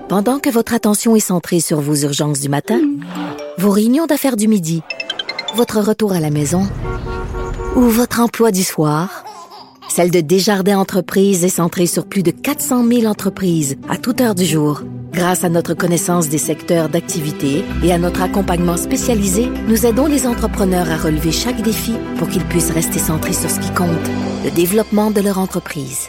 Pendant que votre attention est centrée sur vos urgences du matin, vos réunions d'affaires du midi, votre retour à la maison ou votre emploi du soir, celle de Desjardins Entreprises est centrée sur plus de 400 000 entreprises à toute heure du jour. Grâce à notre connaissance des secteurs d'activité et à notre accompagnement spécialisé, nous aidons les entrepreneurs à relever chaque défi pour qu'ils puissent rester centrés sur ce qui compte, le développement de leur entreprise.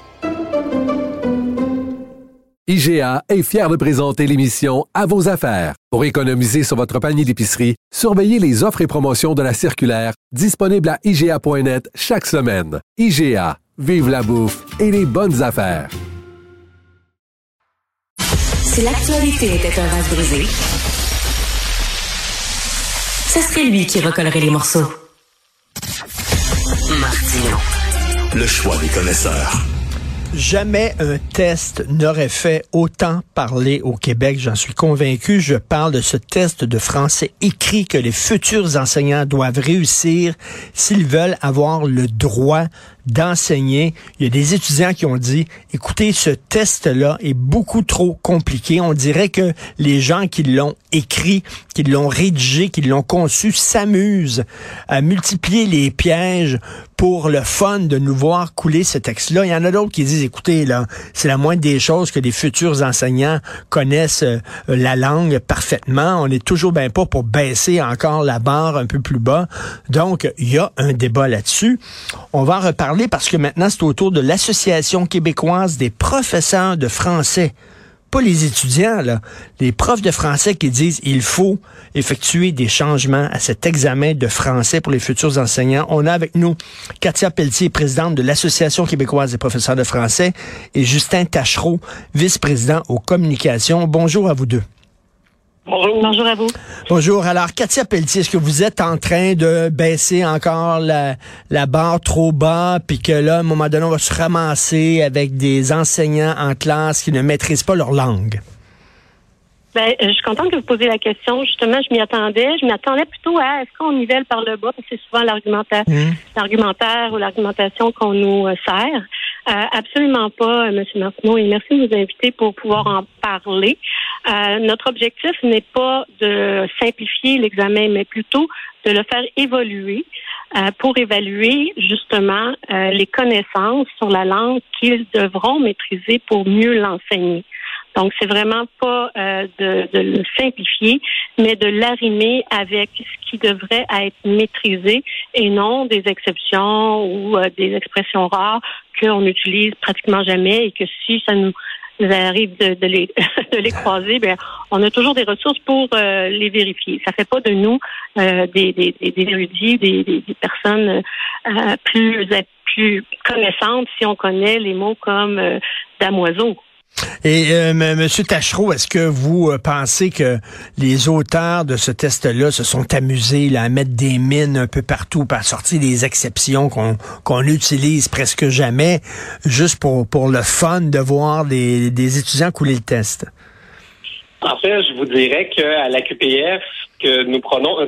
IGA est fier de présenter l'émission À vos affaires. Pour économiser sur votre panier d'épicerie, surveillez les offres et promotions de la circulaire disponible à IGA.net chaque semaine. IGA, vive la bouffe et les bonnes affaires. Si l'actualité était un vase brisé, ce serait lui qui recollerait les morceaux. Martino. Le choix des connaisseurs. Jamais un test n'aurait fait autant parler au Québec, j'en suis convaincu. Je parle de ce test de français écrit que les futurs enseignants doivent réussir s'ils veulent avoir le droit d'enseigner. Il y a des étudiants qui ont dit, écoutez, ce test-là est beaucoup trop compliqué. On dirait que les gens qui l'ont écrit, qui l'ont rédigé, qui l'ont conçu s'amusent à multiplier les pièges pour le fun de nous voir couler ce texte-là. Il y en a d'autres qui disent, écoutez, là, c'est la moindre des choses que les futurs enseignants connaissent la langue parfaitement. On n'est toujours bien pas pour baisser encore la barre un peu plus bas. Donc, il y a un débat là-dessus. On va en reparler parce que maintenant, c'est au tour de l'Association québécoise des professeurs de français. Pas les étudiants, là. Les profs de français qui disent il faut effectuer des changements à cet examen de français pour les futurs enseignants. On a avec nous Katia Pelletier, présidente de l'Association québécoise des professeurs de français, et Justin Taschereau, vice-président aux communications. Bonjour à vous deux. Bonjour. Bonjour à vous. Bonjour. Alors, Katia Pelletier, est-ce que vous êtes en train de baisser encore la barre trop bas, puis que là, à un moment donné, on va se ramasser avec des enseignants en classe qui ne maîtrisent pas leur langue? Ben, je suis contente que vous posiez la question. Justement, je m'y attendais. Je m'attendais plutôt à est-ce qu'on nivelle par le bas, parce que c'est souvent l'argumentaire ou l'argumentation qu'on nous sert. Absolument pas, M. Martineau, et merci de nous inviter pour pouvoir en parler. Notre objectif n'est pas de simplifier l'examen, mais plutôt de le faire évoluer pour évaluer justement les connaissances sur la langue qu'ils devront maîtriser pour mieux l'enseigner. Donc, c'est vraiment pas de le simplifier, mais de l'arrimer avec ce qui devrait être maîtrisé et non des exceptions ou des expressions rares qu'on utilise pratiquement jamais et que si ça nous arrive de les croiser, bien, on a toujours des ressources pour les vérifier. Ça fait pas de nous des érudits, des personnes plus connaissantes si on connaît les mots comme damoiseau. Et Monsieur Taschereau, est-ce que vous pensez que les auteurs de ce test-là se sont amusés là, à mettre des mines un peu partout, à sortir des exceptions qu'on utilise presque jamais, juste pour le fun de voir des étudiants couler le test? En fait, je vous dirais qu'à la QPF, ce que nous prônons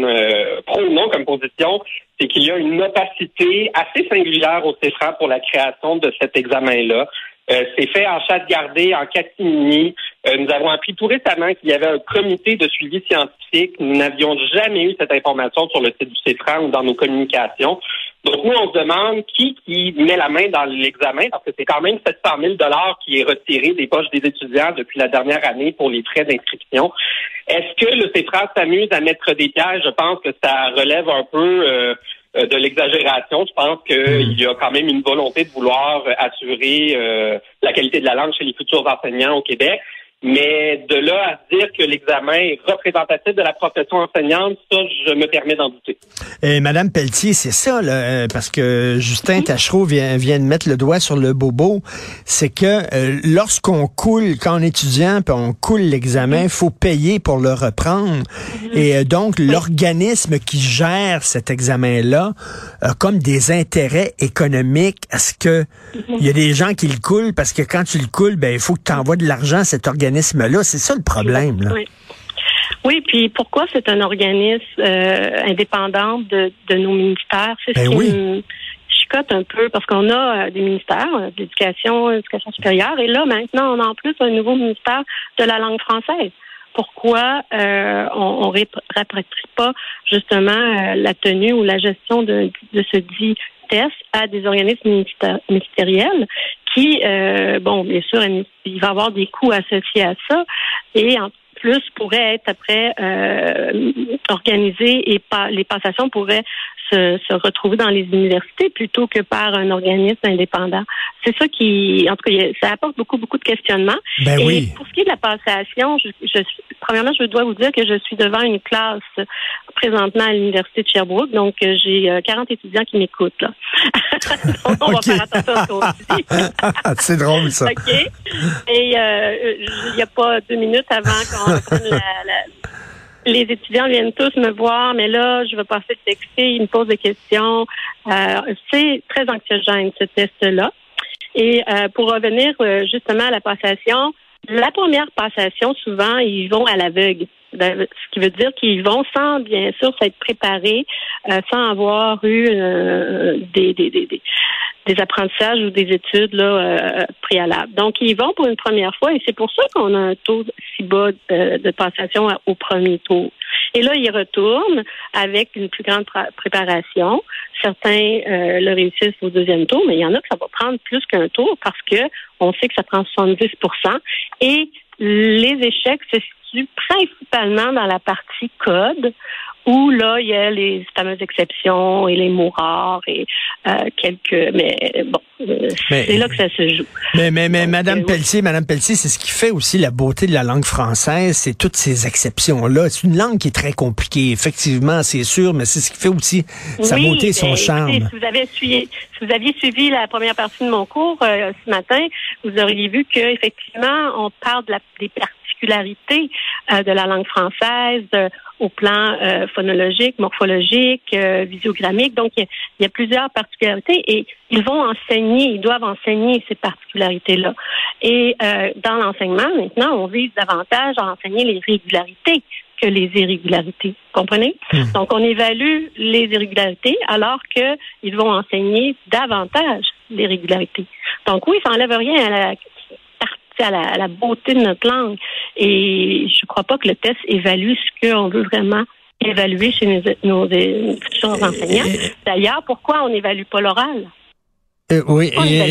comme position, c'est qu'il y a une opacité assez singulière au CEFRAN pour la création de cet examen-là. C'est fait en chasse gardée, en catimini. Nous avons appris tout récemment qu'il y avait un comité de suivi scientifique. Nous n'avions jamais eu cette information sur le site du CEFRAN ou dans nos communications. Donc, nous, on se demande qui met la main dans l'examen, parce que c'est quand même 700 000 $ qui est retiré des poches des étudiants depuis la dernière année pour les frais d'inscription. Est-ce que le CEFRAN s'amuse à mettre des pièges? Je pense que ça relève un peu de l'exagération. Je pense qu'il y a quand même une volonté de vouloir assurer la qualité de la langue chez les futurs enseignants au Québec. Mais de là à dire que l'examen est représentatif de la profession enseignante, ça, je me permets d'en douter. Madame Pelletier, c'est ça, là, parce que Justin Taschereau vient de mettre le doigt sur le bobo, c'est que lorsqu'on coule, quand on est étudiant, puis on coule l'examen, il faut payer pour le reprendre. Et donc, l'organisme qui gère cet examen-là a comme des intérêts économiques. Est-ce que il y a des gens qui le coulent parce que quand tu le coules, ben il faut que tu envoies de l'argent à cet organisme-là? C'est ça le problème, là. Oui, puis pourquoi c'est un organisme indépendant de nos ministères? C'est je suis chicote un peu parce qu'on a des ministères de l'éducation supérieure, et là, maintenant, on a en plus un nouveau ministère de la langue française. Pourquoi on rapatrie pas justement la tenue ou la gestion de ce dit test à des organismes ministériels qui, bien sûr, il va y avoir des coûts associés à ça, et en plus pourrait être après organisé, et les passations pourraient se retrouver dans les universités plutôt que par un organisme indépendant. C'est ça qui, en tout cas, ça apporte beaucoup de questionnements. Ben et oui. Pour ce qui est de la passation, premièrement, je dois vous dire que je suis devant une classe présentement à l'Université de Sherbrooke, donc j'ai 40 étudiants qui m'écoutent, là. Donc, on va faire attention à ça aussi. C'est drôle, ça. OK. Et il n'y a pas 2 minutes avant qu'on prenne les étudiants viennent tous me voir, mais là, je vais passer le texter, ils me posent des questions. C'est très anxiogène, ce test-là. Et pour revenir justement à la passation, la première passation, souvent, ils vont à l'aveugle. Ce qui veut dire qu'ils vont sans, bien sûr, s'être préparés, sans avoir eu des apprentissages ou des études là préalables. Donc, ils vont pour une première fois, et c'est pour ça qu'on a un taux si bas de passation au premier tour. Et là, ils retournent avec une plus grande préparation. Certains le réussissent au deuxième tour, mais il y en a que ça va prendre plus qu'un tour parce que on sait que ça prend 70%. Et les échecs se situent principalement dans la partie code, où là, il y a les fameuses exceptions et les mots rares et c'est là que ça se joue. Mais Madame Pelletier, c'est ce qui fait aussi la beauté de la langue française, c'est toutes ces exceptions-là. C'est une langue qui est très compliquée, effectivement, c'est sûr, mais c'est ce qui fait aussi sa beauté et son charme. Si vous aviez suivi la première partie de mon cours ce matin, vous auriez vu qu'effectivement, on parle des particularités de la langue française, au plan phonologique, morphologique, visiogrammique. Donc, il y a plusieurs particularités, et ils doivent enseigner ces particularités-là. Et dans l'enseignement, maintenant, on vise davantage à enseigner les régularités que les irrégularités. Vous comprenez? Donc, on évalue les irrégularités alors qu'ils vont enseigner davantage les régularités. Donc, oui, ça n'enlève rien à la beauté de notre langue. Et je ne crois pas que le test évalue ce qu'on veut vraiment évaluer chez nos futurs enseignants. D'ailleurs, pourquoi on n'évalue pas l'oral? Oui,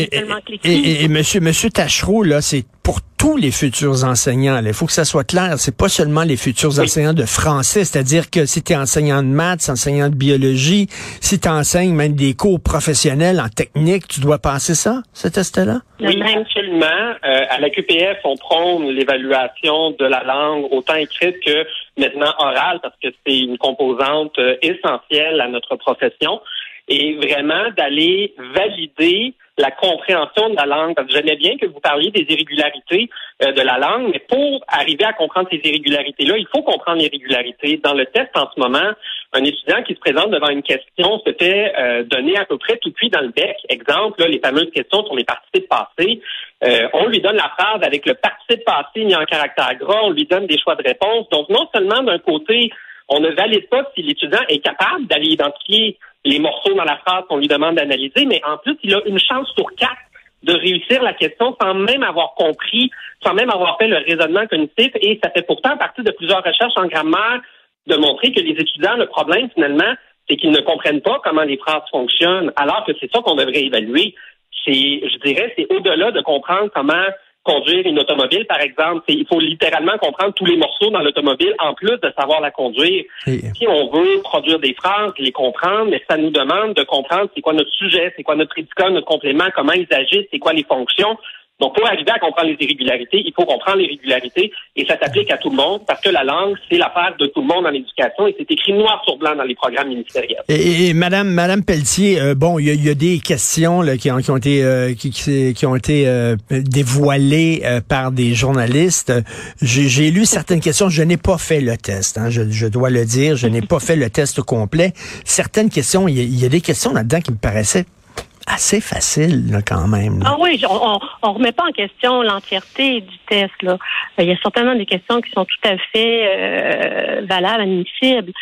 et monsieur Tachereau, là, c'est pour tous les futurs enseignants. Il faut que ça soit clair. C'est pas seulement les futurs enseignants de français. C'est-à-dire que si tu es enseignant de maths, enseignant de biologie, si tu enseignes même des cours professionnels en technique, tu dois passer ça, ce test-là? Oui, absolument. À la QPF, on prône l'évaluation de la langue, autant écrite que maintenant orale, parce que c'est une composante essentielle à notre profession. Et vraiment d'aller valider la compréhension de la langue. Parce que j'aimais bien que vous parliez des irrégularités de la langue, mais pour arriver à comprendre ces irrégularités-là, il faut comprendre les régularités. Dans le test en ce moment, un étudiant qui se présente devant une question se fait donner à peu près tout cuit dans le bec. Exemple, là, les fameuses questions sur les participes passés. On lui donne la phrase avec le participe passé mis en caractère gras, on lui donne des choix de réponse. Donc, non seulement d'un côté, on ne valide pas si l'étudiant est capable d'aller identifier les morceaux dans la phrase qu'on lui demande d'analyser, mais en plus, il a une chance sur 4 de réussir la question sans même avoir compris, sans même avoir fait le raisonnement cognitif. Et ça fait pourtant partie de plusieurs recherches en grammaire de montrer que les étudiants, le problème finalement, c'est qu'ils ne comprennent pas comment les phrases fonctionnent, alors que c'est ça qu'on devrait évaluer. C'est au-delà de comprendre comment conduire une automobile, par exemple. Il faut littéralement comprendre tous les morceaux dans l'automobile, en plus de savoir la conduire. Si on veut produire des phrases, les comprendre, mais ça nous demande de comprendre c'est quoi notre sujet, c'est quoi notre prédicat, notre complément, comment ils agissent, c'est quoi les fonctions. Donc, pour arriver à comprendre les irrégularités, il faut comprendre les régularités, et ça s'applique à tout le monde, parce que la langue, c'est l'affaire de tout le monde dans l'éducation, et c'est écrit noir sur blanc dans les programmes ministériels. Et Madame Pelletier, il y a des questions là, qui ont été dévoilées par des journalistes. J'ai lu certaines questions. Je n'ai pas fait le test, hein, je dois le dire. Je n'ai pas fait le test complet. Certaines questions, il y a des questions là-dedans qui me paraissaient assez facile, là, quand même. Là. Ah oui, on remet pas en question l'entièreté du test, là. Il y a certainement des questions qui sont tout à fait valables, admissibles.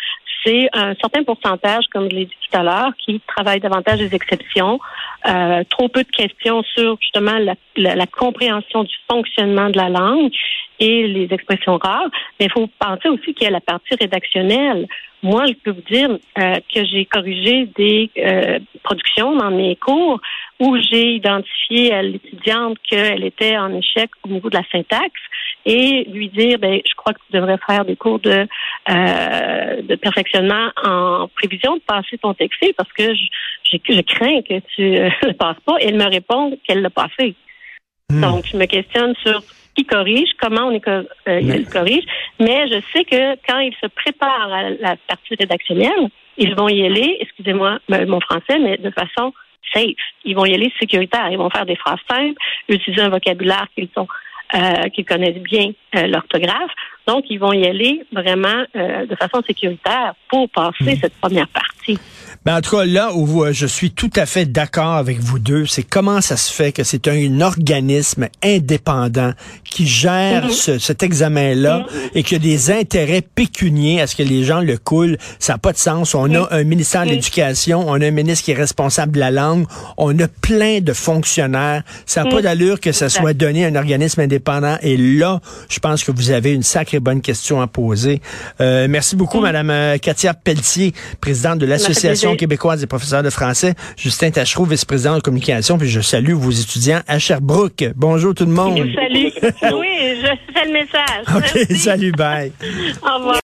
c'est un certain pourcentage, comme je l'ai dit tout à l'heure, qui travaille davantage des exceptions, trop peu de questions sur justement la compréhension du fonctionnement de la langue et les expressions rares. Mais il faut penser aussi qu'il y a la partie rédactionnelle. Moi, je peux vous dire que j'ai corrigé des productions dans mes cours où j'ai identifié à l'étudiante qu'elle était en échec au niveau de la syntaxe et lui dire, je crois que tu devrais faire des cours de perfectionnement en prévision de passer ton TEC parce que je crains que tu le passes pas. Et elle me répond qu'elle l'a passé. Donc, je me questionne sur qui corrige, comment il corrige, mais je sais que quand ils se préparent à la partie rédactionnelle, ils vont y aller, excusez-moi mon français, mais de façon safe. Ils vont y aller sécuritaire. Ils vont faire des phrases simples, utiliser un vocabulaire qu'ils connaissent bien l'orthographe. Donc, ils vont y aller vraiment de façon sécuritaire pour passer cette première partie. En tout cas, là où je suis tout à fait d'accord avec vous deux, c'est comment ça se fait que c'est un organisme indépendant qui gère cet examen-là et qu'il y a des intérêts pécuniaires à ce que les gens le coulent. Ça n'a pas de sens. On a un ministère de l'Éducation, on a un ministre qui est responsable de la langue, on a plein de fonctionnaires. Ça n'a pas d'allure que ça soit donné à un organisme indépendant. Et là, je pense que vous avez une sacrée bonne question à poser. Merci beaucoup, Madame Katia Pelletier, présidente de l'Association québécoise des professeurs de français, Justin Tachereau, vice-président de communication, puis je salue vos étudiants à Sherbrooke. Bonjour tout le monde. Salut. Oui, je fais le message. OK, salut, bye. Au revoir.